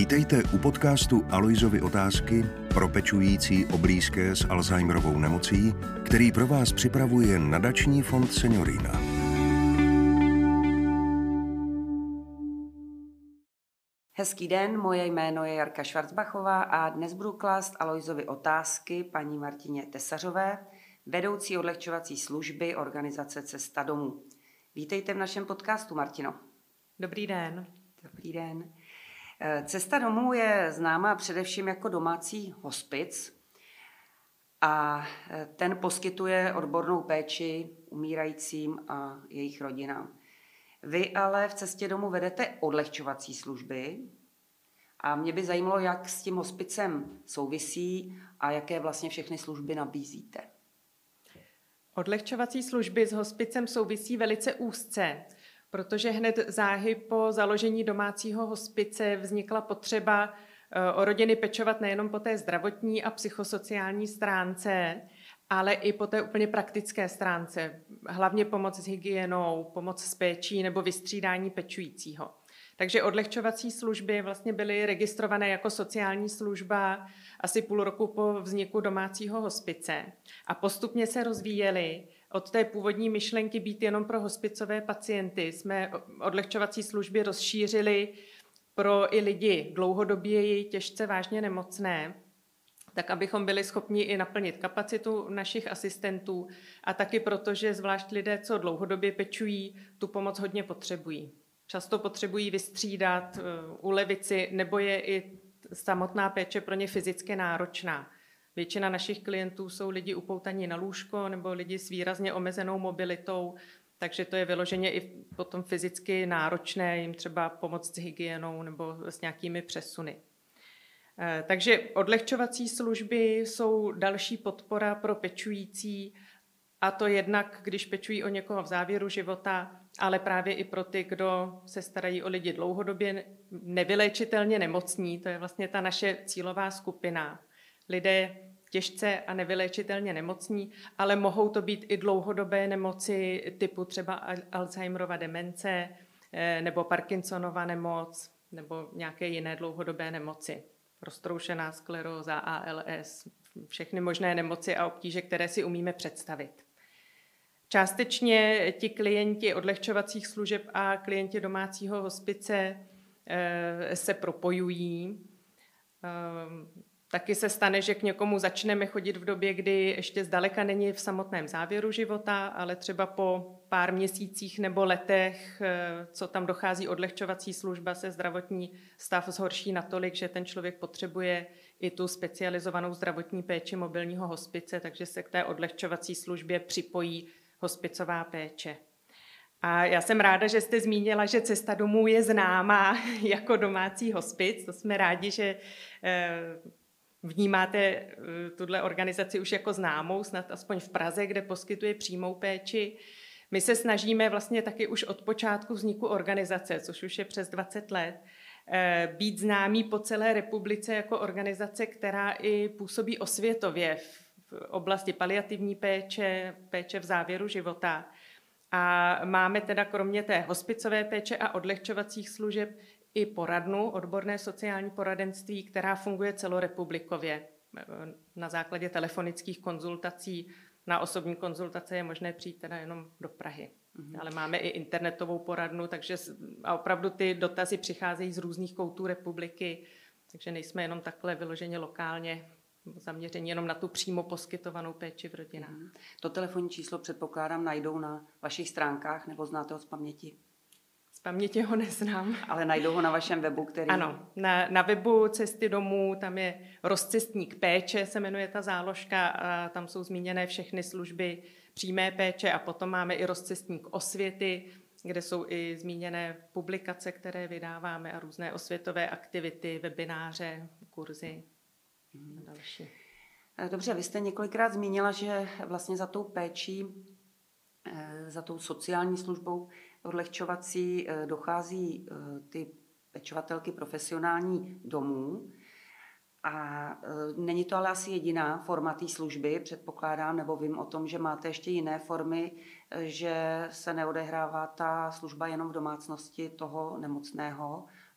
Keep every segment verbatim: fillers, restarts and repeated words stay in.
Vítejte u podcastu Aloisovy otázky pro pečující o blízké s Alzheimerovou nemocí, který pro vás připravuje Nadační fond Seniorina. Hezký den, moje jméno je Jarka Švarcbachová a dnes budu klást Aloisovy otázky paní Martině Tesařové, vedoucí odlehčovací služby organizace Cesta domů. Vítejte v našem podcastu, Martino. Dobrý den. Dobrý den. Cesta domů je známá především jako domácí hospic a ten poskytuje odbornou péči umírajícím a jejich rodinám. Vy ale v Cestě domů vedete odlehčovací služby a mě by zajímalo, jak s tím hospicem souvisí a jaké vlastně všechny služby nabízíte. Odlehčovací služby s hospicem souvisí velice úzce, protože hned záhy po založení domácího hospice vznikla potřeba o rodiny pečovat nejenom po té zdravotní a psychosociální stránce, ale i po té úplně praktické stránce. Hlavně pomoc s hygienou, pomoc s péčí nebo vystřídání pečujícího. Takže odlehčovací služby vlastně byly registrované jako sociální služba asi půl roku po vzniku domácího hospice a postupně se rozvíjely. Od té původní myšlenky být jenom pro hospicové pacienty jsme odlehčovací služby rozšířili pro i lidi dlouhodobě těžce vážně nemocné, tak abychom byli schopni i naplnit kapacitu našich asistentů a taky proto, že zvlášť lidé, co dlouhodobě pečují, tu pomoc hodně potřebují. Často potřebují vystřídat, ulevit si, nebo je i samotná péče pro ně fyzicky náročná. Většina našich klientů jsou lidi upoutaní na lůžko nebo lidi s výrazně omezenou mobilitou, takže to je vyloženě i potom fyzicky náročné jim třeba pomoct s hygienou nebo s nějakými přesuny. Takže odlehčovací služby jsou další podpora pro pečující, a to jednak, když pečují o někoho v závěru života, ale právě i pro ty, kdo se starají o lidi dlouhodobě nevyléčitelně nemocní. To je vlastně ta naše cílová skupina. Lidé těžce a nevyléčitelně nemocní, ale mohou to být i dlouhodobé nemoci typu třeba Alzheimerova demence nebo Parkinsonova nemoc nebo nějaké jiné dlouhodobé nemoci. Roztroušená skleróza, A L S, všechny možné nemoci a obtíže, které si umíme představit. Částečně ti klienti odlehčovacích služeb a klienti domácího hospice se propojují. Taky se stane, že k někomu začneme chodit v době, kdy ještě zdaleka není v samotném závěru života, ale třeba po pár měsících nebo letech, co tam dochází odlehčovací služba, se zdravotní stav zhorší natolik, že ten člověk potřebuje i tu specializovanou zdravotní péči mobilního hospice, takže se k té odlehčovací službě připojí hospicová péče. A já jsem ráda, že jste zmínila, že Cesta domů je známá jako domácí hospic. To jsme rádi, že vnímáte tuhle organizaci už jako známou, snad aspoň v Praze, kde poskytuje přímou péči. My se snažíme vlastně taky už od počátku vzniku organizace, což už je přes dvacet let, být známý po celé republice jako organizace, která i působí osvětově v oblasti paliativní péče, péče v závěru života. A máme teda kromě té hospicové péče a odlehčovacích služeb i poradnu, odborné sociální poradenství, která funguje celorepublikově. Na základě telefonických konzultací, na osobní konzultace je možné přijít teda jenom do Prahy. Mm-hmm. Ale máme i internetovou poradnu, takže a opravdu ty dotazy přicházejí z různých koutů republiky, takže nejsme jenom takhle vyloženě lokálně zaměření jenom na tu přímo poskytovanou péči v rodinách. Mm-hmm. To telefonní číslo předpokládám najdou na vašich stránkách, nebo znáte ho z paměti? Z paměti ho neznám. Ale najdou ho na vašem webu, který... Ano, na, na webu Cesty domů, tam je rozcestník péče, se jmenuje ta záložka, a tam jsou zmíněné všechny služby přímé péče a potom máme i rozcestník osvěty, kde jsou i zmíněné publikace, které vydáváme a různé osvětové aktivity, webináře, kurzy a další. Dobře, vy jste několikrát zmínila, že vlastně za tou péčí, za tou sociální službou odlehčovací dochází ty pečovatelky profesionální domů. A není to ale asi jediná forma té služby, předpokládám, nebo vím o tom, že máte ještě jiné formy, že se neodehrává ta služba jenom v domácnosti toho nemocného,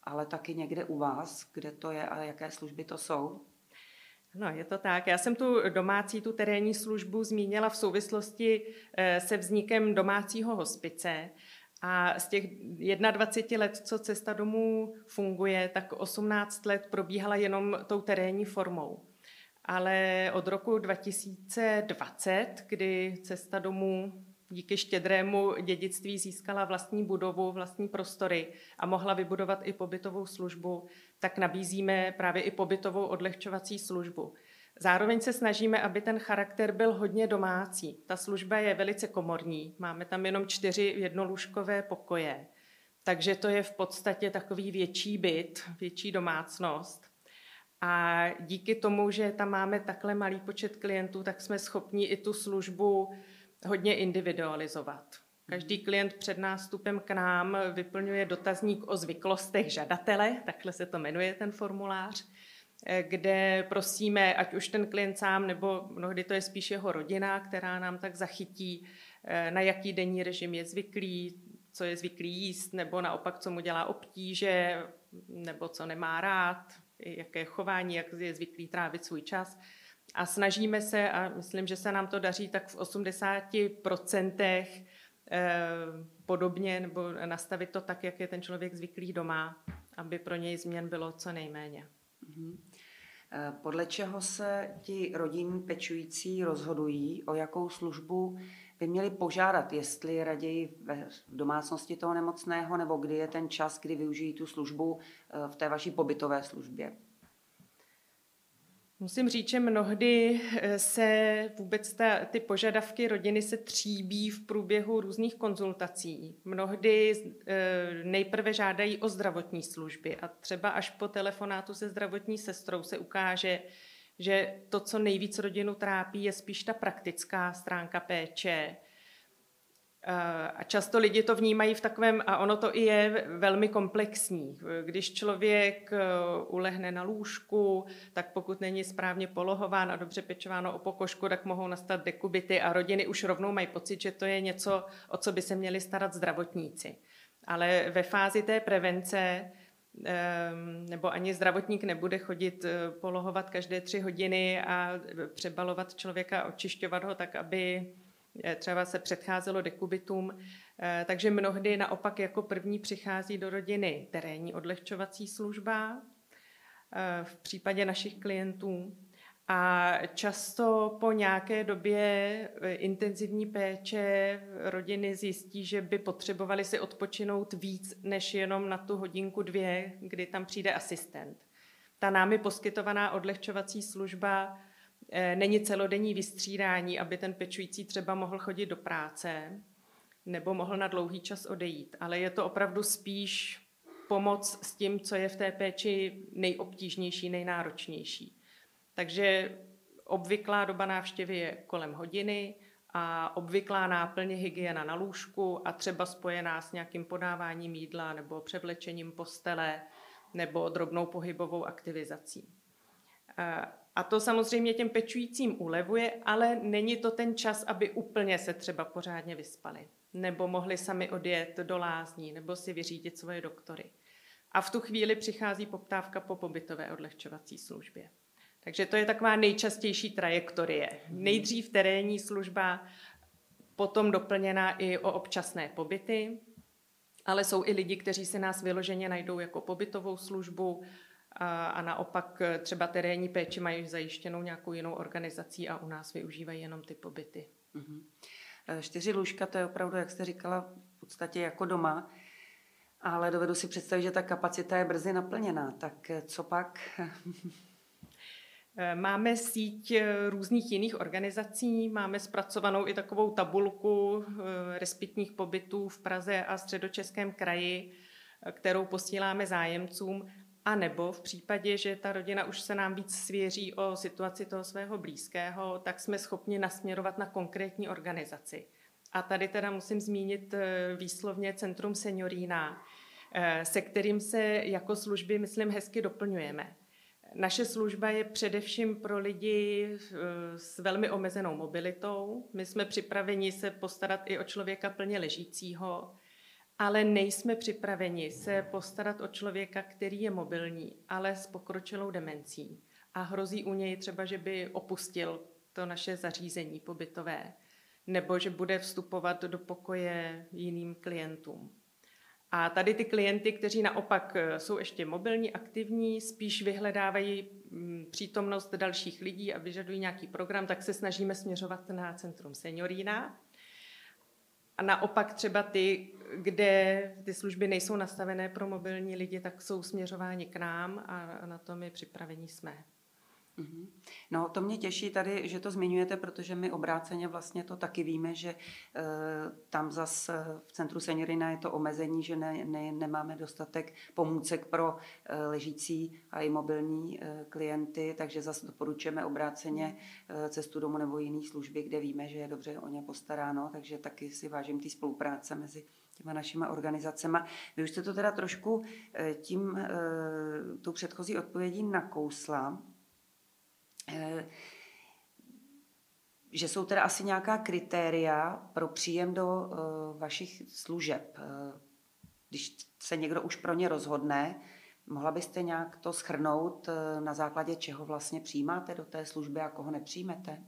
ale taky někde u vás, kde to je a jaké služby to jsou. No, je to tak. Já jsem tu domácí, tu terénní službu zmínila v souvislosti se vznikem domácího hospice. A z těch dvacet jedna let, co Cesta domů funguje, tak osmnáct let probíhala jenom tou terénní formou. Ale od roku dva tisíce dvacet, kdy Cesta domů díky štědrému dědictví získala vlastní budovu, vlastní prostory a mohla vybudovat i pobytovou službu, tak nabízíme právě i pobytovou odlehčovací službu. Zároveň se snažíme, aby ten charakter byl hodně domácí. Ta služba je velice komorní, máme tam jenom čtyři jednolůžkové pokoje, takže to je v podstatě takový větší byt, větší domácnost. A díky tomu, že tam máme takhle malý počet klientů, tak jsme schopni i tu službu hodně individualizovat. Každý klient před nástupem k nám vyplňuje dotazník o zvyklostech žadatele, takhle se to jmenuje ten formulář, kde prosíme, ať už ten klient sám, nebo mnohdy to je spíš jeho rodina, která nám tak zachytí, na jaký denní režim je zvyklý, co je zvyklý jíst, nebo naopak, co mu dělá obtíže, nebo co nemá rád, jaké chování, jak je zvyklý trávit svůj čas. A snažíme se, a myslím, že se nám to daří tak v osmdesáti procentech podobně, nebo nastavit to tak, jak je ten člověk zvyklý doma, aby pro něj změn bylo co nejméně. Podle čeho se ti rodinní pečující rozhodují, o jakou službu by měli požádat, jestli raději v domácnosti toho nemocného, nebo kdy je ten čas, kdy využijí tu službu v té vaší pobytové službě? Musím říct, že mnohdy se vůbec ta, ty požadavky rodiny se tříbí v průběhu různých konzultací. Mnohdy e, nejprve žádají o zdravotní služby a třeba až po telefonátu se zdravotní sestrou se ukáže, že to, co nejvíc rodinu trápí, je spíš ta praktická stránka péče. A často lidi to vnímají v takovém, a ono to i je velmi komplexní. Když člověk ulehne na lůžku, tak pokud není správně polohován a dobře pečováno o pokožku, tak mohou nastat dekubity a rodiny už rovnou mají pocit, že to je něco, o co by se měli starat zdravotníci. Ale ve fázi té prevence nebo ani zdravotník nebude chodit polohovat každé tři hodiny a přebalovat člověka, očišťovat ho tak, aby třeba se předcházelo dekubitům, takže mnohdy naopak jako první přichází do rodiny terénní odlehčovací služba v případě našich klientů a často po nějaké době intenzivní péče rodiny zjistí, že by potřebovali si odpočinout víc než jenom na tu hodinku dvě, kdy tam přijde asistent. Ta námi poskytovaná odlehčovací služba není celodenní vystřídání, aby ten pečující třeba mohl chodit do práce nebo mohl na dlouhý čas odejít, ale je to opravdu spíš pomoc s tím, co je v té péči nejobtížnější, nejnáročnější. Takže obvyklá doba návštěvy je kolem hodiny a obvyklá náplň hygiena na lůžku a třeba spojená s nějakým podáváním jídla nebo převlečením postele nebo drobnou pohybovou aktivizací. A to samozřejmě těm pečujícím ulevuje, ale není to ten čas, aby úplně se třeba pořádně vyspali. Nebo mohli sami odjet do lázní, nebo si vyřídit svoje doktory. A v tu chvíli přichází poptávka po pobytové odlehčovací službě. Takže to je taková nejčastější trajektorie. Nejdřív terénní služba, potom doplněná i o občasné pobyty, ale jsou i lidi, kteří se nás vyloženě najdou jako pobytovou službu, a naopak třeba terénní péči mají zajištěnou nějakou jinou organizací a u nás využívají jenom ty pobyty. Mm-hmm. Čtyři lůžka, to je opravdu, jak jste říkala, v podstatě jako doma, ale dovedu si představit, že ta kapacita je brzy naplněná. Tak co pak? Máme síť různých jiných organizací, máme zpracovanou i takovou tabulku respitních pobytů v Praze a Středočeském kraji, kterou posíláme zájemcům. A nebo v případě, že ta rodina už se nám víc svěří o situaci toho svého blízkého, tak jsme schopni nasměrovat na konkrétní organizaci. A tady teda musím zmínit výslovně Centrum Seniorína, se kterým se jako služby, myslím, hezky doplňujeme. Naše služba je především pro lidi s velmi omezenou mobilitou. My jsme připraveni se postarat i o člověka plně ležícího, ale nejsme připraveni se postarat o člověka, který je mobilní, ale s pokročilou demencí. A hrozí u něj třeba, že by opustil to naše zařízení pobytové, nebo že bude vstupovat do pokoje jiným klientům. A tady ty klienty, kteří naopak jsou ještě mobilní, aktivní, spíš vyhledávají přítomnost dalších lidí a vyžadují nějaký program, tak se snažíme směřovat na Centrum Seniorína. A naopak třeba ty, kde ty služby nejsou nastavené pro mobilní lidi, tak jsou směřováni k nám a na to my připraveni jsme. No, to mě těší tady, že to zmiňujete, protože my obráceně vlastně to taky víme, že e, tam zas v Centru Seniorína je to omezení, že ne, ne, nemáme dostatek pomůcek pro e, ležící a i mobilní e, klienty, takže zase doporučujeme obráceně e, cestu domů nebo jiné služby, kde víme, že je dobře o ně postaráno, takže taky si vážím té spolupráce mezi těma našima organizacema. Vy už jste to teda trošku e, tím, e, tou předchozí odpovědí nakousla, že jsou teda asi nějaká kritéria pro příjem do uh, vašich služeb. Uh, když se někdo už pro ně rozhodne, mohla byste nějak to shrnout, uh, na základě čeho vlastně přijímáte do té služby a koho nepřijmete?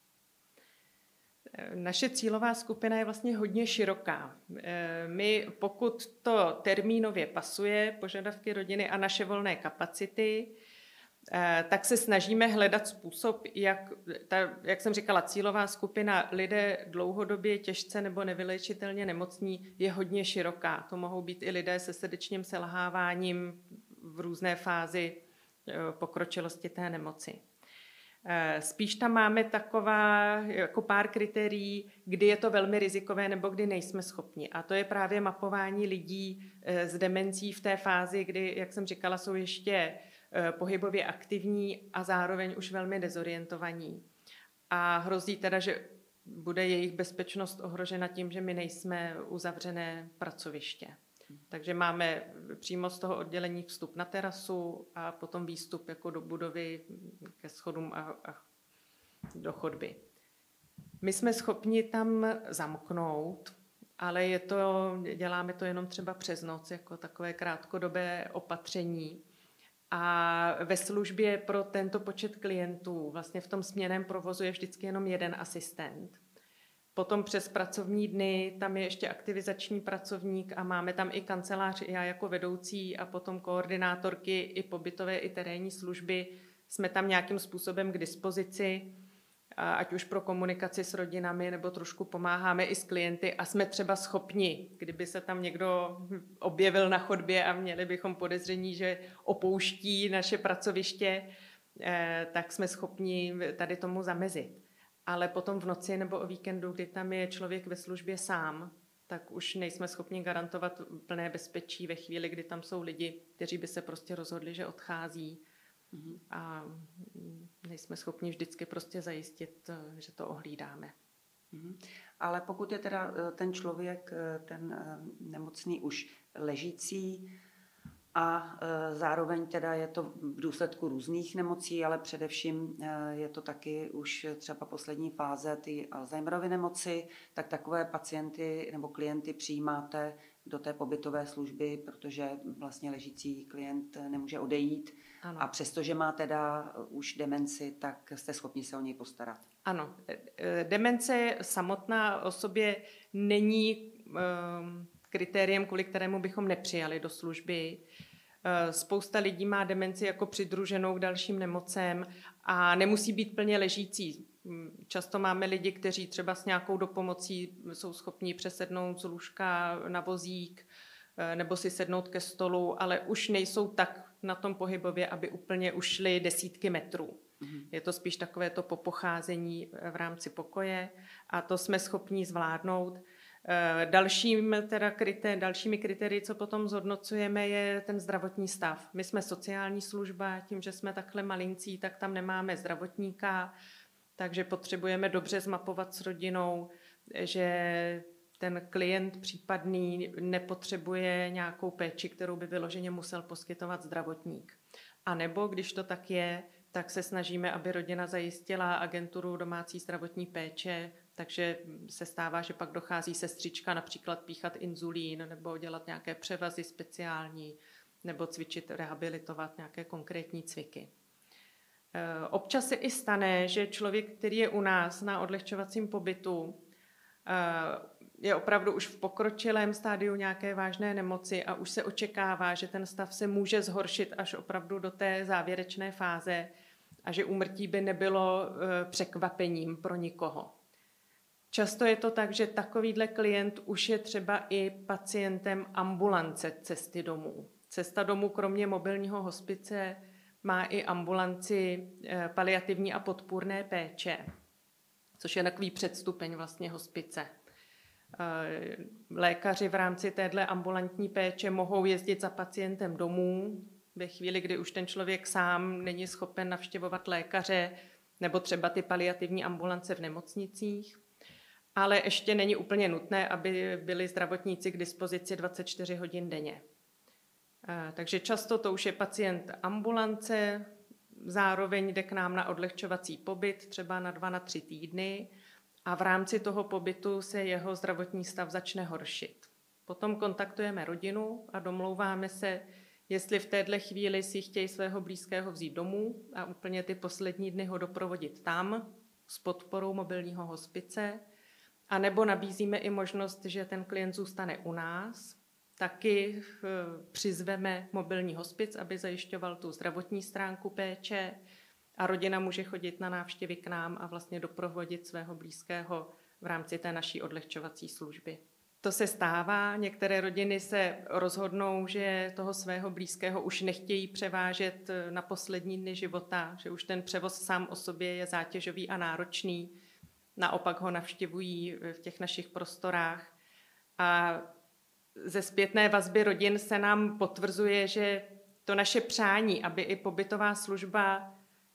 Naše cílová skupina je vlastně hodně široká. My, pokud to termínově pasuje, požadavky rodiny a naše volné kapacity, tak se snažíme hledat způsob, jak, ta, jak jsem říkala, cílová skupina lidé dlouhodobě těžce nebo nevylečitelně nemocní je hodně široká. To mohou být i lidé se srdečním selháváním v různé fázi pokročilosti té nemoci. Spíš tam máme taková jako pár kritérií, kdy je to velmi rizikové nebo kdy nejsme schopni. A to je právě mapování lidí s demencí v té fázi, kdy, jak jsem říkala, jsou ještě pohybově aktivní a zároveň už velmi dezorientovaní. A hrozí teda, že bude jejich bezpečnost ohrožena tím, že my nejsme uzavřené pracoviště. Takže máme přímo z toho oddělení vstup na terasu a potom výstup jako do budovy ke schodům a, a do chodby. My jsme schopni tam zamknout, ale je to, děláme to jenom třeba přes noc, jako takové krátkodobé opatření. A ve službě pro tento počet klientů vlastně v tom směnném provozu je vždycky jenom jeden asistent. Potom přes pracovní dny tam je ještě aktivizační pracovník a máme tam i kancelář, já jako vedoucí a potom koordinátorky i pobytové, i terénní služby. Jsme tam nějakým způsobem k dispozici, ať už pro komunikaci s rodinami, nebo trošku pomáháme i s klienty a jsme třeba schopni, kdyby se tam někdo objevil na chodbě a měli bychom podezření, že opouští naše pracoviště, tak jsme schopni tady tomu zamezit. Ale potom v noci nebo o víkendu, kdy tam je člověk ve službě sám, tak už nejsme schopni garantovat plné bezpečí ve chvíli, kdy tam jsou lidi, kteří by se prostě rozhodli, že odchází. Mm-hmm. A nejsme schopni vždycky prostě zajistit, že to ohlídáme. Mm-hmm. Ale pokud je teda ten člověk, ten nemocný už ležící, a zároveň teda je to v důsledku různých nemocí, ale především je to taky už třeba poslední fáze ty Alzheimerovy nemoci, tak takové pacienty nebo klienty přijímáte do té pobytové služby, protože vlastně ležící klient nemůže odejít. Ano. A přestože má teda už demenci, tak jste schopni se o něj postarat. Ano, demence samotná o sobě není um, kritériem, kvůli kterému bychom nepřijali do služby. Spousta lidí má demenci jako přidruženou k dalším nemocem a nemusí být plně ležící. Často máme lidi, kteří třeba s nějakou dopomocí jsou schopni přesednout z lůžka na vozík nebo si sednout ke stolu, ale už nejsou tak na tom pohybově, aby úplně ušli desítky metrů. Mm-hmm. Je to spíš takové to popocházení v rámci pokoje a to jsme schopni zvládnout. Dalším, teda kryté, dalšími kritérii, co potom zhodnocujeme, je ten zdravotní stav. My jsme sociální služba, tím, že jsme takhle malincí, tak tam nemáme zdravotníka, takže potřebujeme dobře zmapovat s rodinou, že ten klient případný nepotřebuje nějakou péči, kterou by vyloženě musel poskytovat zdravotník. A nebo když to tak je, tak se snažíme, aby rodina zajistila agenturu domácí zdravotní péče Takže se stává, že pak dochází sestřička například píchat inzulín nebo dělat nějaké převazy speciální nebo cvičit, rehabilitovat nějaké konkrétní cviky. Občas se i stane, že člověk, který je u nás na odlehčovacím pobytu, je opravdu už v pokročilém stádiu nějaké vážné nemoci a už se očekává, že ten stav se může zhoršit až opravdu do té závěrečné fáze a že úmrtí by nebylo překvapením pro nikoho. Často je to tak, že takovýhle klient už je třeba i pacientem ambulance cesty domů. Cesta domů kromě mobilního hospice má i ambulanci paliativní a podpůrné péče, což je takový předstupeň vlastně hospice. Lékaři v rámci téhle ambulantní péče mohou jezdit za pacientem domů ve chvíli, kdy už ten člověk sám není schopen navštěvovat lékaře nebo třeba ty paliativní ambulance v nemocnicích. Ale ještě není úplně nutné, aby byli zdravotníci k dispozici dvacet čtyři hodin denně. Takže často to už je pacient ambulance, zároveň jde k nám na odlehčovací pobyt, třeba na dva, na tři týdny a v rámci toho pobytu se jeho zdravotní stav začne horšit. Potom kontaktujeme rodinu a domlouváme se, jestli v téhle chvíli si chtějí svého blízkého vzít domů a úplně ty poslední dny ho doprovodit tam s podporou mobilního hospice, a nebo nabízíme i možnost, že ten klient zůstane u nás. Taky přizveme mobilní hospic, aby zajišťoval tu zdravotní stránku péče a rodina může chodit na návštěvy k nám a vlastně doprovodit svého blízkého v rámci té naší odlehčovací služby. To se stává, některé rodiny se rozhodnou, že toho svého blízkého už nechtějí převážet na poslední dny života, že už ten převoz sám o sobě je zátěžový a náročný. Naopak ho navštěvují v těch našich prostorách. A ze zpětné vazby rodin se nám potvrzuje, že to naše přání, aby i pobytová služba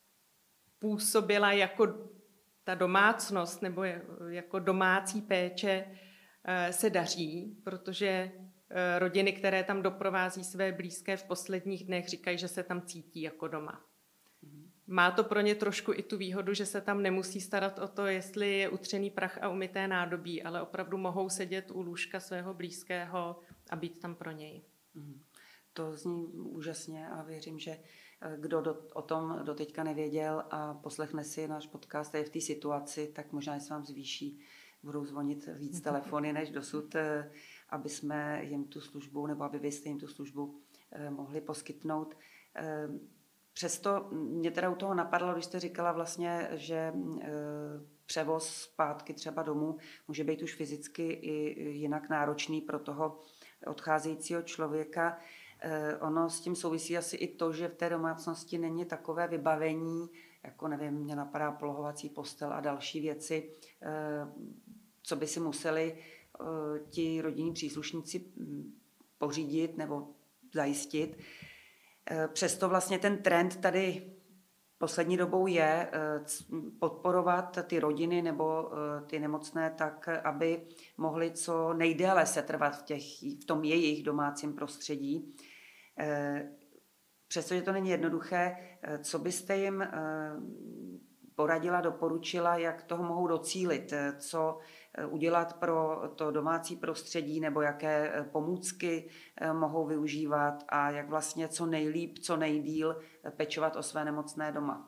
působila jako ta domácnost nebo jako domácí péče, se daří, protože rodiny, které tam doprovází své blízké v posledních dnech, říkají, že se tam cítí jako doma. Má to pro ně trošku i tu výhodu, že se tam nemusí starat o to, jestli je utřený prach a umyté nádobí, ale opravdu mohou sedět u lůžka svého blízkého a být tam pro něj. To zní úžasně a věřím, že kdo do, o tom doteďka nevěděl a poslechne si náš podcast a je v té situaci, tak možná se vám zvýší, budou zvonit víc telefony než dosud, aby jsme jim tu službu, nebo aby vy jste jim tu službu mohli poskytnout. Přesto mě teda u toho napadlo, když jste říkala vlastně, že převoz zpátky třeba domů může být už fyzicky i jinak náročný pro toho odcházejícího člověka. Ono s tím souvisí asi i to, že v té domácnosti není takové vybavení, jako nevím, mě napadá polohovací postel a další věci, co by si museli ti rodinní příslušníci pořídit nebo zajistit. Přesto vlastně ten trend tady poslední dobou je podporovat ty rodiny nebo ty nemocné tak, aby mohly co nejdéle setrvat v, těch, v tom jejich domácím prostředí. Přestože to není jednoduché, co byste jim poradila, doporučila, jak toho mohou docílit, co udělat pro to domácí prostředí nebo jaké pomůcky mohou využívat a jak vlastně co nejlíp, co nejdýl pečovat o své nemocné doma.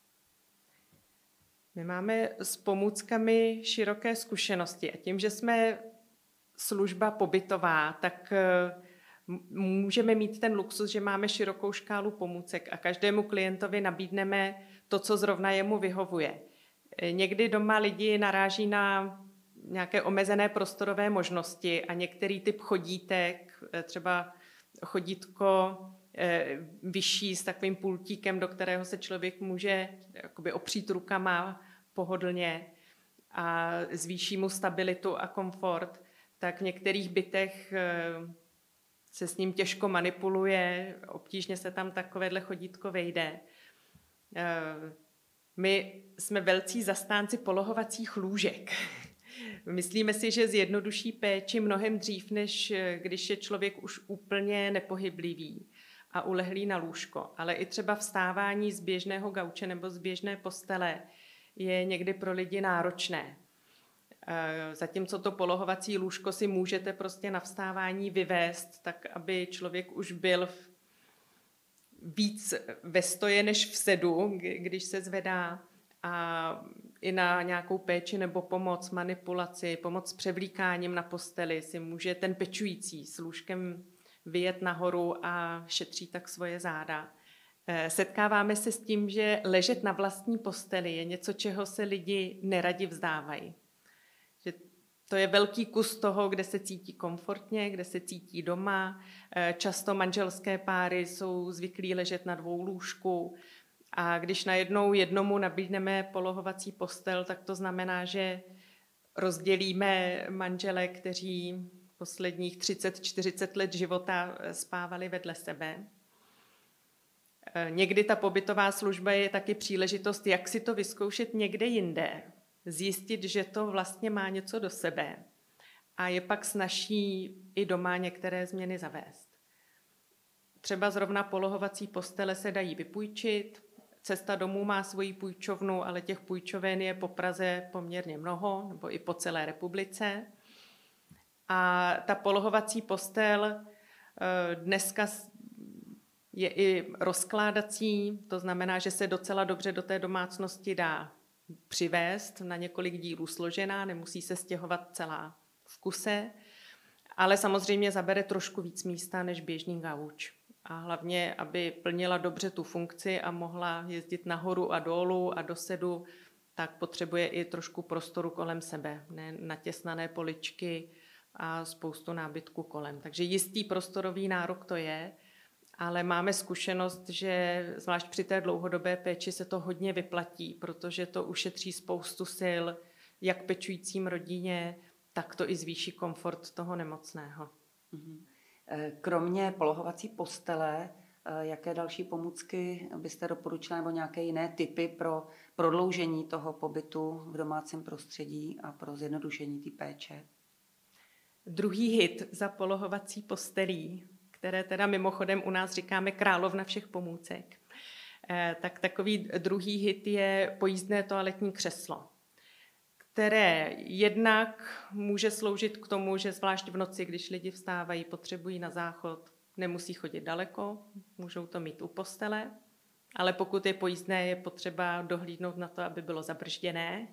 My máme s pomůckami široké zkušenosti a tím, že jsme služba pobytová, tak můžeme mít ten luxus, že máme širokou škálu pomůcek a každému klientovi nabídneme to, co zrovna jemu vyhovuje. Někdy doma lidi naráží na nějaké omezené prostorové možnosti a některý typ chodítek, třeba chodítko vyšší s takovým pultíkem, do kterého se člověk může jakoby opřít rukama pohodlně a zvýší mu stabilitu a komfort, tak v některých bytech se s ním těžko manipuluje, obtížně se tam takovéhle chodítko vejde. My jsme velcí zastánci polohovacích lůžek. Myslíme si, že zjednoduší péči mnohem dřív, než když je člověk už úplně nepohyblivý a ulehlý na lůžko. Ale i třeba vstávání z běžného gauče nebo z běžné postele je někdy pro lidi náročné. Zatímco to polohovací lůžko si můžete prostě na vstávání vyvést, tak aby člověk už byl víc ve stoje než v sedu, když se zvedá, a i na nějakou péči nebo pomoc, manipulaci, pomoc s převlíkáním na posteli si může ten pečující s lůžkem vyjet nahoru a šetří tak svoje záda. Setkáváme se s tím, že ležet na vlastní posteli je něco, čeho se lidi neradi vzdávají. Že to je velký kus toho, kde se cítí komfortně, kde se cítí doma. Často manželské páry jsou zvyklí ležet na dvou lůžku, a když najednou jednomu nabídneme polohovací postel, tak to znamená, že rozdělíme manžele, kteří posledních třicet čtyřicet let života spávali vedle sebe. Někdy ta pobytová služba je taky příležitost, jak si to vyzkoušet někde jinde, zjistit, že to vlastně má něco do sebe a je pak snazší i doma některé změny zavést. Třeba zrovna polohovací postele se dají vypůjčit, Cesta domů má svoji půjčovnu, ale těch půjčoven je po Praze poměrně mnoho, nebo i po celé republice. A ta polohovací postel dneska je i rozkládací, to znamená, že se docela dobře do té domácnosti dá přivést, na několik dílů složená, nemusí se stěhovat celá v kuse, ale samozřejmě zabere trošku víc místa než běžný gauč. A hlavně, aby plnila dobře tu funkci a mohla jezdit nahoru a dolů a do sedu, tak potřebuje i trošku prostoru kolem sebe, ne natěsnané poličky a spoustu nábytku kolem. Takže jistý prostorový nárok to je, ale máme zkušenost, že zvlášť při té dlouhodobé péči se to hodně vyplatí, protože to ušetří spoustu sil, jak pečujícím rodině, tak to i zvýší komfort toho nemocného. Kromě polohovací postele, jaké další pomůcky byste doporučila nebo nějaké jiné tipy pro prodloužení toho pobytu v domácím prostředí a pro zjednodušení té péče? Druhý hit za polohovací postelí, které teda mimochodem u nás říkáme královna všech pomůcek, tak takový druhý hit je pojízdné toaletní křeslo, které jednak může sloužit k tomu, že zvlášť v noci, když lidi vstávají, potřebují na záchod, nemusí chodit daleko, můžou to mít u postele, ale pokud je pojízdné, je potřeba dohlídnout na to, aby bylo zabržděné.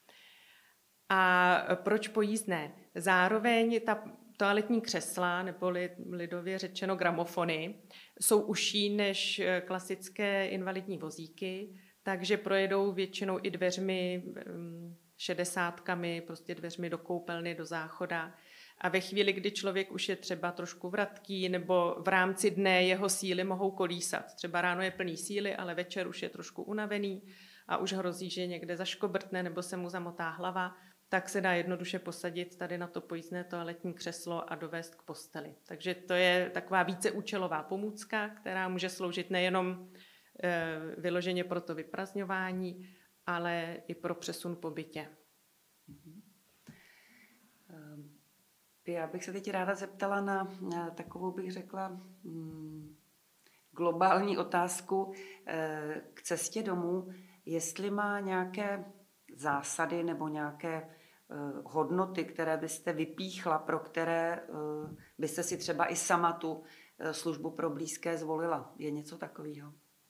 A proč pojízdné? Zároveň ta toaletní křesla, nebo lidově řečeno gramofony, jsou užší než klasické invalidní vozíky, takže projedou většinou i dveřmi, šedesátkami, prostě dveřmi do koupelny, do záchoda. A ve chvíli, kdy člověk už je třeba trošku vratký, nebo v rámci dne jeho síly mohou kolísat. Třeba ráno je plný síly, ale večer už je trošku unavený a už hrozí, že někde zaškobrtne nebo se mu zamotá hlava, tak se dá jednoduše posadit tady na to pojízdné toaletní křeslo a dovést k posteli. Takže to je taková víceúčelová pomůcka, která může sloužit nejenom e, vyloženě pro to vyprazňování, ale i pro přesun po bytě. Já bych se teď ráda zeptala na, na takovou, bych řekla, mm, globální otázku e, k cestě domů, jestli má nějaké zásady nebo nějaké e, hodnoty, které byste vypíchla, pro které e, byste si třeba i sama tu e, službu pro blízké zvolila. Je něco takového?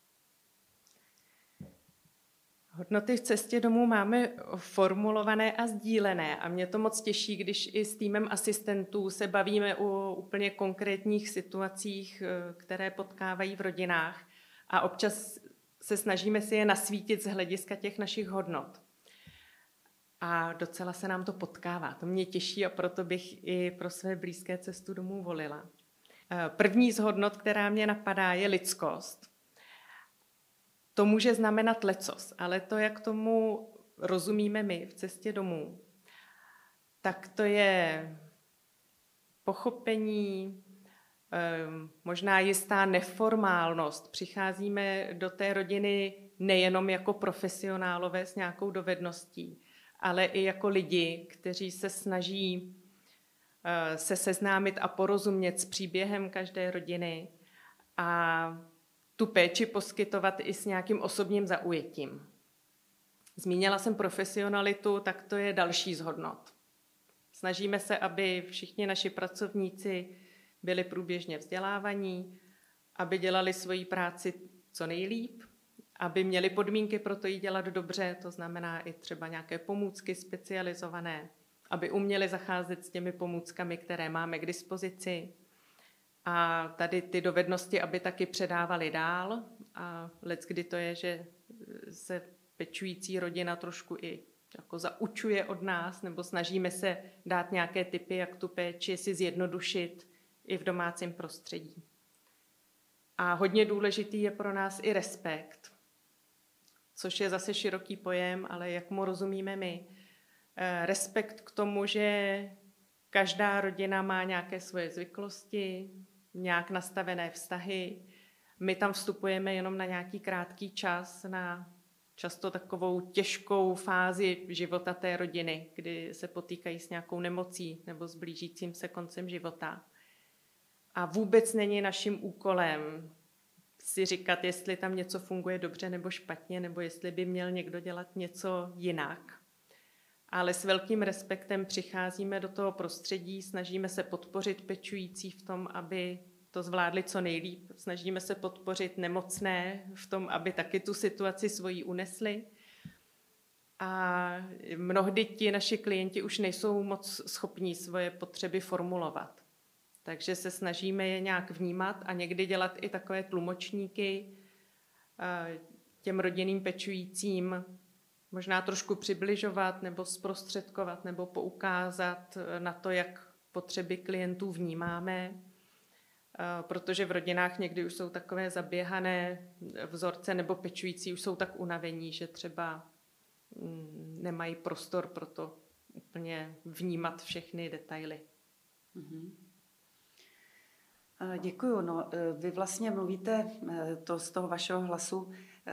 Hodnoty v cestě domů máme formulované a sdílené a mě to moc těší, když i s týmem asistentů se bavíme o úplně konkrétních situacích, které potkávají v rodinách a občas se snažíme si je nasvítit z hlediska těch našich hodnot. A docela se nám to potkává. To mě těší a proto bych i pro své blízké cestu domů volila. První z hodnot, která mě napadá, je lidskost. To může znamenat lecos, ale to, jak tomu rozumíme my v cestě domů, tak to je pochopení, možná jistá neformálnost. Přicházíme do té rodiny nejenom jako profesionálové s nějakou dovedností, ale i jako lidi, kteří se snaží se seznámit a porozumět s příběhem každé rodiny a tu péči poskytovat i s nějakým osobním zaujetím. Zmínila jsem profesionalitu, tak to je další z hodnot. Snažíme se, aby všichni naši pracovníci byli průběžně vzdělávaní, aby dělali svoji práci co nejlíp, aby měli podmínky pro to ji dělat dobře, to znamená i třeba nějaké pomůcky specializované, aby uměli zacházet s těmi pomůckami, které máme k dispozici. A tady ty dovednosti, aby taky předávali dál. A leckdy to je, že se pečující rodina trošku i jako zaučuje od nás, nebo snažíme se dát nějaké tipy, jak tu péči si zjednodušit i v domácím prostředí. A hodně důležitý je pro nás i respekt, což je zase široký pojem, ale jak mu rozumíme my. Respekt k tomu, že každá rodina má nějaké svoje zvyklosti, nějak nastavené vztahy. My tam vstupujeme jenom na nějaký krátký čas, na často takovou těžkou fázi života té rodiny, kdy se potýkají s nějakou nemocí nebo s blížícím se koncem života. A vůbec není naším úkolem si říkat, jestli tam něco funguje dobře nebo špatně, nebo jestli by měl někdo dělat něco jinak. Ale s velkým respektem přicházíme do toho prostředí, snažíme se podpořit pečující v tom, aby to zvládli co nejlíp. Snažíme se podpořit nemocné v tom, aby taky tu situaci svoji unesli. A mnohdy ti naši klienti už nejsou moc schopní svoje potřeby formulovat. Takže se snažíme je nějak vnímat a někdy dělat i takové tlumočníky těm rodinným pečujícím, možná trošku přibližovat nebo zprostředkovat nebo poukázat na to, jak potřeby klientů vnímáme, protože v rodinách někdy už jsou takové zaběhané vzorce nebo pečující už jsou tak unavení, že třeba nemají prostor pro to úplně vnímat všechny detaily. Mm-hmm. Děkuju. No, vy vlastně mluvíte, to z toho vašeho hlasu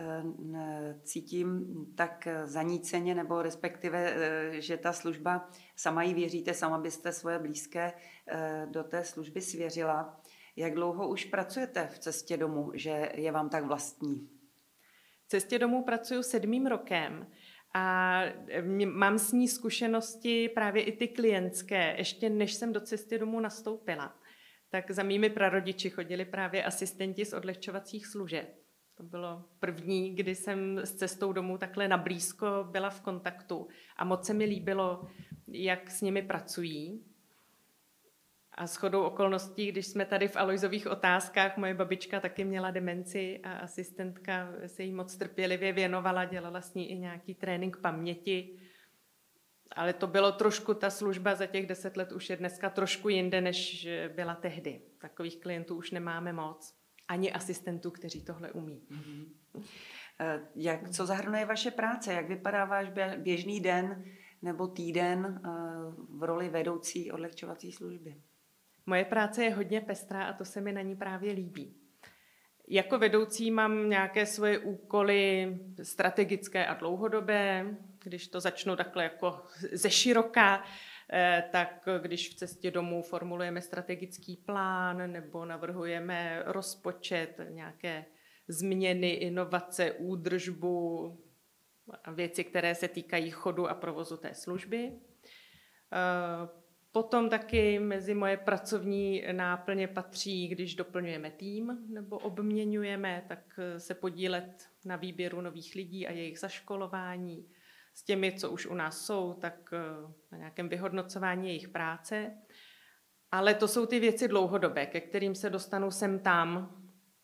cítím tak zaníceně, nebo respektive, že ta služba, sama jí věříte, sama byste svoje blízké do té služby svěřila. Jak dlouho už pracujete v Cestě domů, že je vám tak vlastní? V Cestě domů pracuji sedmým rokem a mám s ní zkušenosti právě i ty klientské, ještě než jsem do Cesty domů nastoupila. Tak za mými prarodiči chodili právě asistenti z odlehčovacích služeb. To bylo první, kdy jsem s Cestou domů takhle nablízko byla v kontaktu a moc se mi líbilo, jak s nimi pracují. A shodou okolností, když jsme tady v Aloisových otázkách, moje babička taky měla demenci a asistentka se jí moc trpělivě věnovala, dělala s ní i nějaký trénink paměti. Ale to bylo trošku, ta služba za těch deset let už je dneska trošku jinde, než byla tehdy. Takových klientů už nemáme moc. Ani asistentů, kteří tohle umí. Mm-hmm. Jak, co zahrnuje vaše práce? Jak vypadá váš běžný den nebo týden v roli vedoucí odlehčovací služby? Moje práce je hodně pestrá a to se mi na ní právě líbí. Jako vedoucí mám nějaké svoje úkoly strategické a dlouhodobé. Když to začnu takhle jako ze široka, tak když v Cestě domů formulujeme strategický plán nebo navrhujeme rozpočet, nějaké změny, inovace, údržbu, věci, které se týkají chodu a provozu té služby. Potom taky mezi moje pracovní náplně patří, když doplňujeme tým nebo obměňujeme, tak se podílet na výběru nových lidí a jejich zaškolování. S těmi, co už u nás jsou, tak na nějakém vyhodnocování jejich práce. Ale to jsou ty věci dlouhodobé, ke kterým se dostanu sem tam.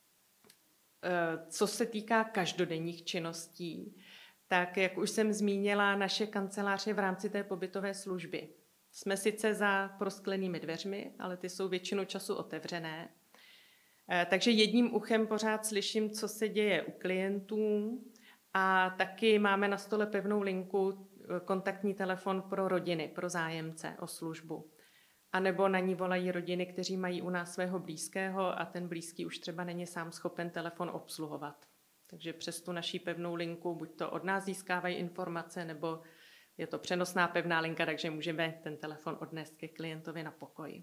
Co se týká každodenních činností, tak jak už jsem zmínila, naše kancelář je v rámci té pobytové služby. Jsme sice za prosklenými dveřmi, ale ty jsou většinu času otevřené. Takže jedním uchem pořád slyším, co se děje u klientů a taky máme na stole pevnou linku, kontaktní telefon pro rodiny, pro zájemce o službu. A nebo na ní volají rodiny, kteří mají u nás svého blízkého a ten blízký už třeba není sám schopen telefon obsluhovat. Takže přes tu naší pevnou linku buď to od nás získávají informace, nebo je to přenosná pevná linka, takže můžeme ten telefon odnést ke klientovi na pokoj.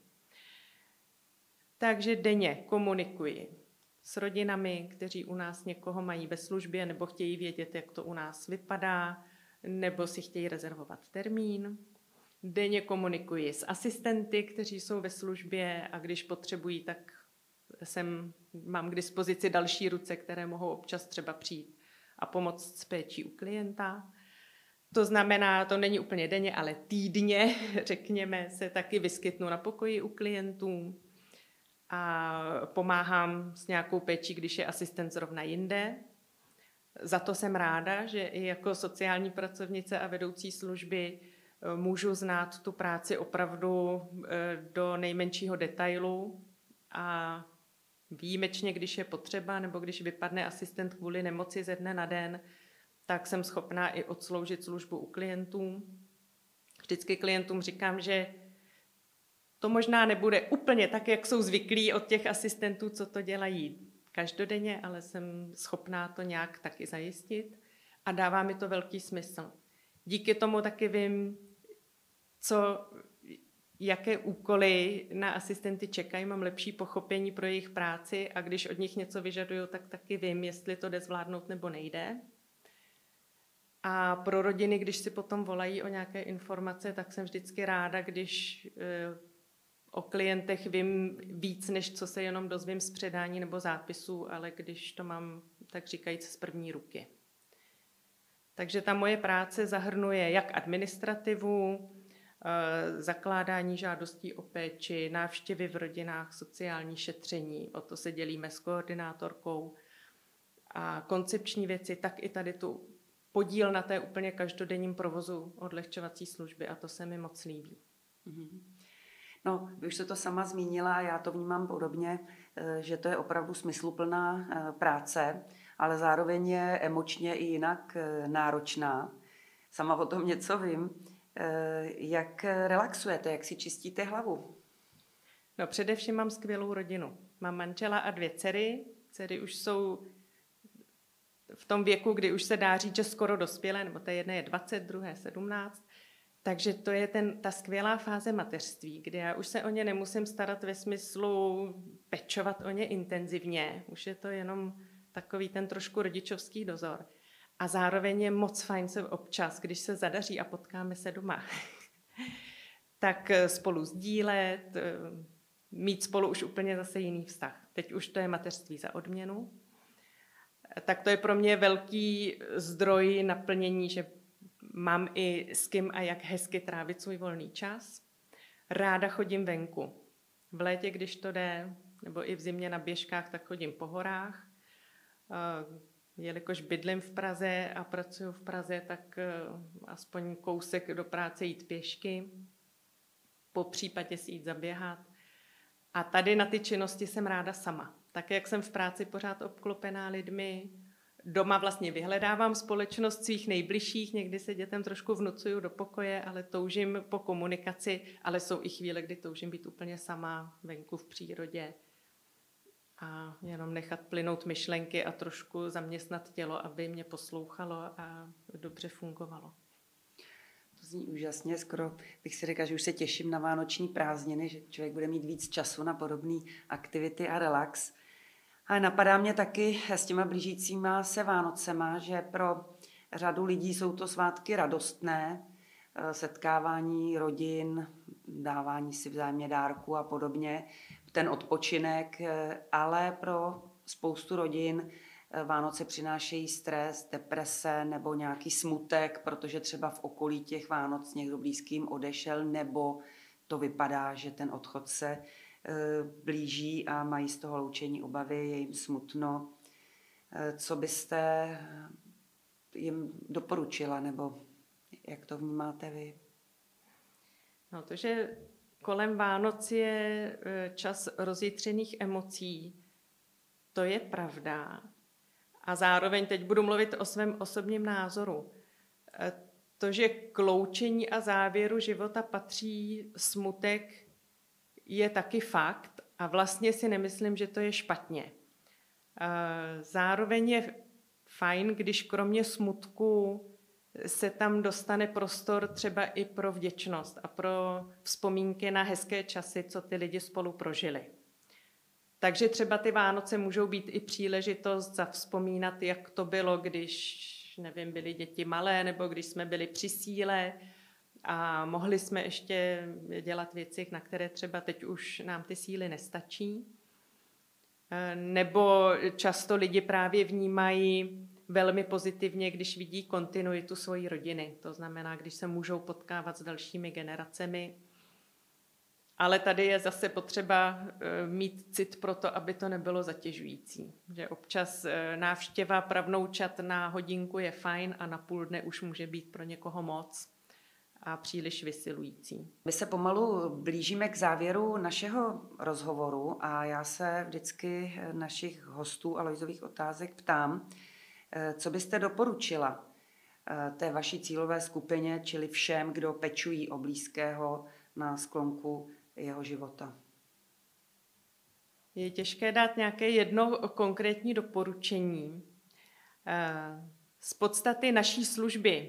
Takže denně komunikuji s rodinami, kteří u nás někoho mají ve službě nebo chtějí vědět, jak to u nás vypadá, nebo si chtějí rezervovat termín. denně komunikuji s asistenty, kteří jsou ve službě a když potřebují, tak jsem, mám k dispozici další ruce, které mohou občas třeba přijít a pomoct s péčí u klienta. To znamená, to není úplně denně, ale týdně, řekněme, se taky vyskytnu na pokoji u klientů a pomáhám s nějakou péčí, když je asistent zrovna jinde. Za to jsem ráda, že i jako sociální pracovnice a vedoucí služby můžu znát tu práci opravdu do nejmenšího detailu a výjimečně, když je potřeba nebo když vypadne asistent kvůli nemoci ze dne na den, tak jsem schopná i odsloužit službu u klientů. Vždycky klientům říkám, že to možná nebude úplně tak, jak jsou zvyklí od těch asistentů, co to dělají každodenně, ale jsem schopná to nějak taky zajistit a dává mi to velký smysl. Díky tomu taky vím, co, jaké úkoly na asistenty čekají, mám lepší pochopení pro jejich práci a když od nich něco vyžaduju, tak taky vím, jestli to jde zvládnout nebo nejde. A pro rodiny, když si potom volají o nějaké informace, tak jsem vždycky ráda, když e, o klientech vím víc, než co se jenom dozvím z předání nebo zápisů, ale když to mám, tak říkajíc, z první ruky. Takže ta moje práce zahrnuje jak administrativu, e, zakládání žádostí o péči, návštěvy v rodinách, sociální šetření, o to se dělíme s koordinátorkou, a koncepční věci, tak i tady tu podíl na té úplně každodenním provozu odlehčovací služby a to se mi moc líbí. No, vy už jste to sama zmínila, já to vnímám podobně, že to je opravdu smysluplná práce, ale zároveň je emočně i jinak náročná. Sama o tom něco vím. Jak relaxujete, jak si čistíte hlavu? No, především mám skvělou rodinu. Mám manžela a dvě dcery. Dcery už jsou v tom věku, kdy už se dá říct, že skoro dospělé, nebo té jedné je dvacet, druhé sedmnáct. Takže to je ten, ta skvělá fáze mateřství, kdy já už se o ně nemusím starat ve smyslu pečovat o ně intenzivně. Už je to jenom takový ten trošku rodičovský dozor. A zároveň je moc fajn se občas, když se zadaří a potkáme se doma, tak spolu sdílet, mít spolu už úplně zase jiný vztah. Teď už to je mateřství za odměnu. Tak to je pro mě velký zdroj naplnění, že mám i s kým a jak hezky trávit svůj volný čas. Ráda chodím venku. V létě, když to jde, nebo i v zimě na běžkách, tak chodím po horách. Jelikož bydlím v Praze a pracuji v Praze, tak aspoň kousek do práce jít pěšky, po případě si jít zaběhat. A tady na ty činnosti jsem ráda sama. Tak jak jsem v práci pořád obklopená lidmi, doma vlastně vyhledávám společnost svých nejbližších, někdy se dětem trošku vnucuju do pokoje, ale toužím po komunikaci, ale jsou i chvíle, kdy toužím být úplně sama venku v přírodě a jenom nechat plynout myšlenky a trošku zaměstnat tělo, aby mě poslouchalo a dobře fungovalo. To zní úžasně, skoro bych si řekla, že už se těším na vánoční prázdniny, že člověk bude mít víc času na podobné aktivity a relax. Ale napadá mě taky s těma blížícíma se Vánocema, že pro řadu lidí jsou to svátky radostné, setkávání rodin, dávání si vzájemně dárku a podobně, ten odpočinek, ale pro spoustu rodin Vánoce přinášejí stres, deprese nebo nějaký smutek, protože třeba v okolí těch Vánoc někdo blízkým odešel, nebo to vypadá, že ten odchod se blíží a mají z toho loučení obavy, je jim smutno. Co byste jim doporučila, nebo jak to vnímáte vy? No, to, že kolem Vánoc je čas rozjitřených emocí, to je pravda. A zároveň teď budu mluvit o svém osobním názoru. To, že k loučení a závěru života patří smutek, je taky fakt a vlastně si nemyslím, že to je špatně. Zároveň je fajn, když kromě smutku se tam dostane prostor třeba i pro vděčnost a pro vzpomínky na hezké časy, co ty lidi spolu prožili. Takže třeba ty Vánoce můžou být i příležitost zavzpomínat, jak to bylo, když, nevím, byly děti malé, nebo když jsme byli při síle a mohli jsme ještě dělat věci, na které třeba teď už nám ty síly nestačí. Nebo často lidi právě vnímají velmi pozitivně, když vidí kontinuitu svojí rodiny. To znamená, když se můžou potkávat s dalšími generacemi. Ale tady je zase potřeba mít cit pro to, aby to nebylo zatěžující. Že občas návštěva pravnoučat na hodinku je fajn a na půl dne už může být pro někoho moc a příliš vysilující. My se pomalu blížíme k závěru našeho rozhovoru a já se vždycky našich hostů Aloisových otázek ptám, co byste doporučila té vaší cílové skupině, čili všem, kdo pečují o blízkého na sklonku jeho života? Je těžké dát nějaké jedno konkrétní doporučení. Z podstaty naší služby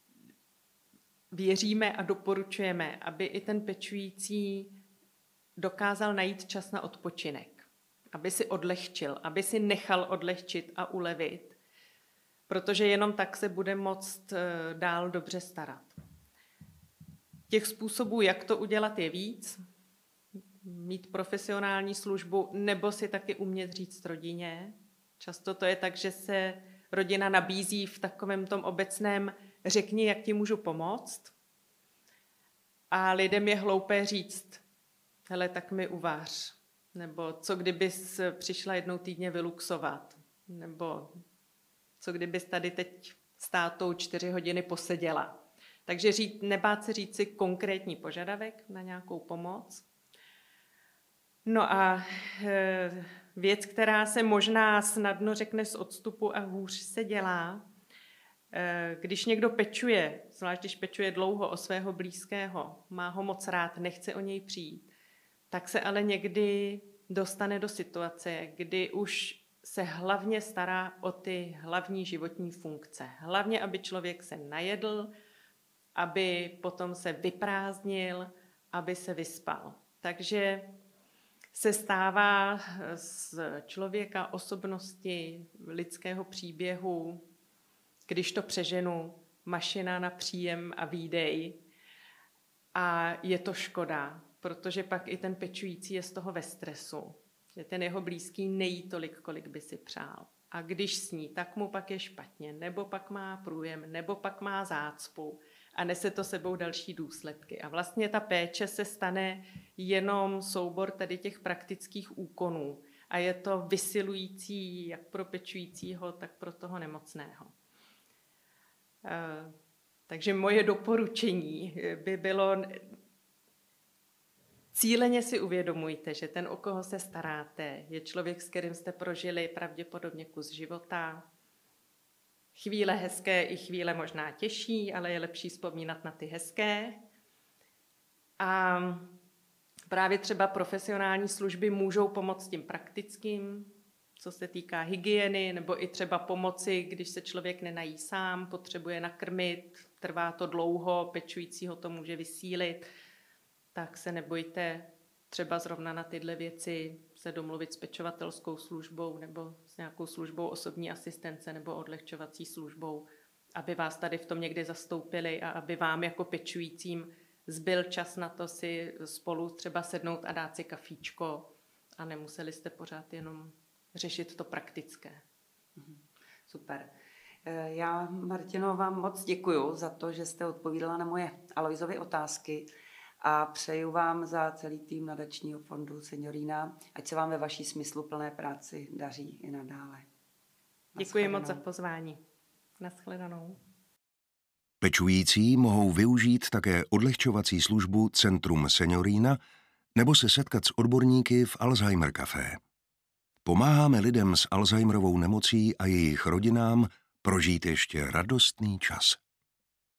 věříme a doporučujeme, aby i ten pečující dokázal najít čas na odpočinek, aby si odlehčil, aby si nechal odlehčit a ulevit, protože jenom tak se bude moct dál dobře starat. Těch způsobů, jak to udělat, je víc. Mít profesionální službu nebo si taky umět říct rodině. Často to je tak, že se rodina nabízí v takovém tom obecném řekni, jak ti můžu pomoct. A lidem je hloupé říct, hele, tak mi uvař. Nebo co kdybys přišla jednou týdně vyluxovat. Nebo co kdybys tady teď s tátou čtyři hodiny poseděla. Takže říct, nebát se říct si konkrétní požadavek na nějakou pomoc. No a e, věc, která se možná snadno řekne z odstupu a hůř se dělá, e, když někdo pečuje, zvlášť když pečuje dlouho o svého blízkého, má ho moc rád, nechce o něj přijít, tak se ale někdy dostane do situace, kdy už se hlavně stará o ty hlavní životní funkce. Hlavně, aby člověk se najedl, aby potom se vyprázdnil, aby se vyspal. Takže se stává z člověka, osobnosti, lidského příběhu, když to přeženu, mašina na příjem a výdej. A je to škoda, protože pak i ten pečující je z toho ve stresu. Že ten jeho blízký nejí tolik, kolik by si přál. A když sní, tak mu pak je špatně, nebo pak má průjem, nebo pak má zácpu a nese to sebou další důsledky. A vlastně ta péče se stane jenom soubor tady těch praktických úkonů. A je to vysilující jak pro pečujícího, tak pro toho nemocného. Takže moje doporučení by bylo: cíleně si uvědomujte, že ten, o koho se staráte, je člověk, s kterým jste prožili pravděpodobně kus života. Chvíle hezké i chvíle možná těžší, ale je lepší vzpomínat na ty hezké. A právě třeba profesionální služby můžou pomoct tím praktickým, co se týká hygieny, nebo i třeba pomoci, když se člověk nenají sám, potřebuje nakrmit, trvá to dlouho, pečujícího to může vysílit. Tak se nebojte třeba zrovna na tyhle věci se domluvit s pečovatelskou službou nebo s nějakou službou osobní asistence nebo odlehčovací službou, aby vás tady v tom někdy zastoupili a aby vám jako pečujícím zbyl čas na to si spolu třeba sednout a dát si kafíčko a nemuseli jste pořád jenom řešit to praktické. Super. Já, Martino, vám moc děkuju za to, že jste odpovídala na moje Aloisovy otázky. A přeju vám za celý tým Nadačního fondu Seniorina, ať se vám ve vaší smysluplné práci daří i nadále. Děkuji moc za pozvání. Naschledanou. Pečující mohou využít také odlehčovací službu Centrum Seniorina nebo se setkat s odborníky v Alzheimer Café. Pomáháme lidem s Alzheimerovou nemocí a jejich rodinám prožít ještě radostný čas.